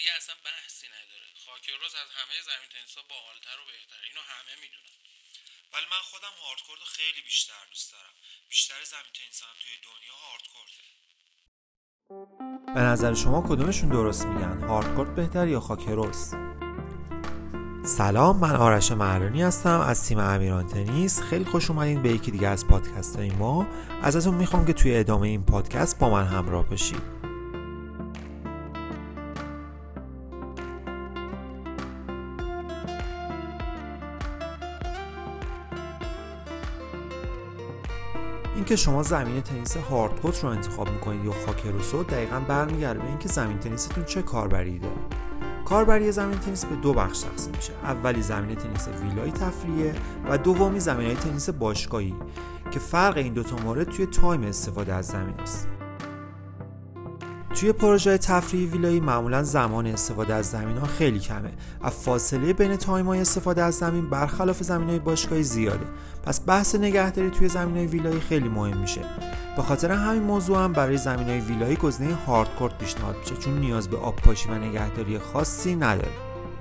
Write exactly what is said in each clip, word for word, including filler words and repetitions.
دیگه اصلا بحثی نداره. خاکروس از همه زمین تنیس‌ها باحال‌تر و بهتره، اینو همه میدونن. ولی من خودم هاردکورت رو خیلی بیشتر دوست دارم. بیشتر زمین تنیس‌ها هم توی دنیا هاردکورته. به نظر شما کدومشون درست میگن؟ هاردکورت بهتر یا خاکروس؟ سلام، من آرش مهرانی هستم از تیم امیران تنیس. خیلی خوش اومدین به یکی دیگه از پادکست های ما. ازتون میخوام که توی ادامه این پادکست با من همراه بشید. اینکه شما زمین تنیس هاردکورت رو انتخاب میکنید یا خاکروس رو دقیقاً برمیگرده به اینکه زمین تنیستون چه کاربری داره. کاربری زمین تنیس به دو بخش تقسیم میشه. اولی زمین تنیس ویلایی تفریحیه و دومی زمین‌های تنیس باشگاهی که فرق این دو تا مورد توی تایم استفاده از زمین است. توی پروژه تفریحی ویلایی معمولا زمان استفاده از زمین‌ها خیلی کمه و فاصله بین تایم‌های استفاده از زمین برخلاف زمین‌های باشگاهی زیاده. پس بحث نگهداری توی زمین‌های ویلایی خیلی مهم میشه. به خاطر همین موضوع هم برای زمین‌های ویلایی گزینه هاردکورت پیشنهاد میشه چون نیاز به آبپاشی و نگهداری خاصی نداره.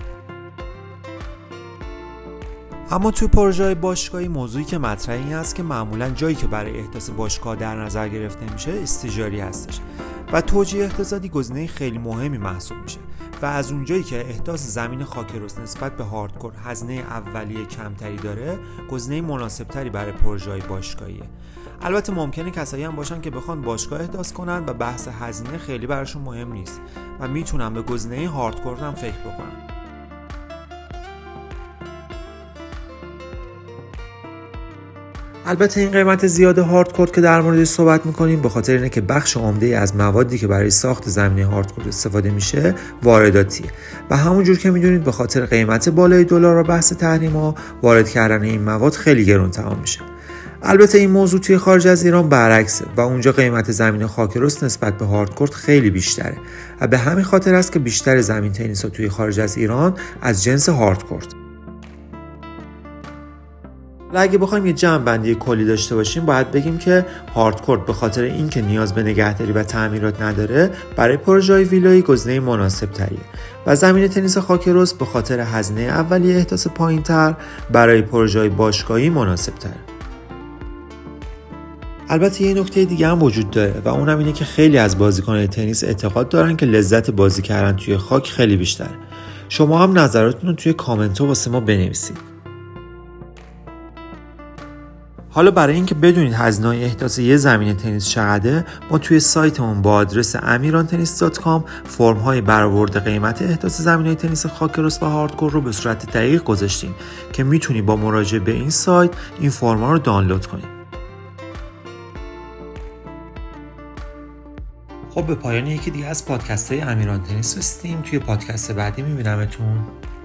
اما توی پروژه‌های باشگاهی موضوعی که مطرح این است که معمولا جایی که برای احداث باشگاه در نظر گرفته میشه استیجاری هستش و توجیه اقتصادی گزینه خیلی مهمی محسوب میشه و از اونجایی که احداث زمین خاکروس نسبت به هاردکورت هزینه اولیه کمتری داره، گزینه مناسبتری برای پروژه‌های باشگاهیه. البته ممکنه کسایی هم باشن که بخوان باشگاه احداث کنن و بحث هزینه خیلی براشون مهم نیست و میتونن به گزینه هاردکورت هم فکر بکنن. البته این قیمت زیاد هاردکورت که در موردش صحبت می‌کنیم به خاطر اینه که بخش عمده از موادی که برای ساخت زمینه هاردکورت استفاده میشه وارداتیه و همونجور که میدونید به خاطر قیمت بالای دلار و بحث تحریم‌ها وارد کردن این مواد خیلی گران تمام میشه. البته این موضوع توی خارج از ایران برعکسه و اونجا قیمت زمین خاکروس نسبت به هاردکورت خیلی بیشتره و به همین خاطر است که بیشتر زمین تنیس‌ها توی خارج از ایران از جنس هاردکورت. اگه بخوایم یه جمع‌بندی کلی داشته باشیم باید بگیم که هاردکورت به خاطر اینکه نیاز به نگهداری و تعمیرات نداره برای پروژه‌های ویلایی گزینه مناسب تریه و زمین تنیس خاکروس به خاطر هزینه اولیه احداث پایین‌تر برای پروژه‌های باشگاهی مناسب تره. البته یه نکته دیگه هم وجود داره و اونم اینه که خیلی از بازیکن‌های تنیس اعتقاد دارن که لذت بازی کردن توی خاک خیلی بیشتره. شما هم نظراتتون رو توی کامنت‌ها واسه ما بنویسید. حالا برای اینکه بدونید هزینه احداث یه زمین تنیس چقدره، ما توی سایتمون با آدرس امیران تنیس دات کام فرم‌های برآورد قیمت احداث زمین‌های تنیس خاکروس و هاردکورت رو به صورت دقیق گذاشتیم که میتونی با مراجعه به این سایت این فرم‌ها رو دانلود کنی. خب به پایان یکی دیگه از پادکست‌های امیران تنیس رسیدیم. توی پادکست بعدی میبینمتون.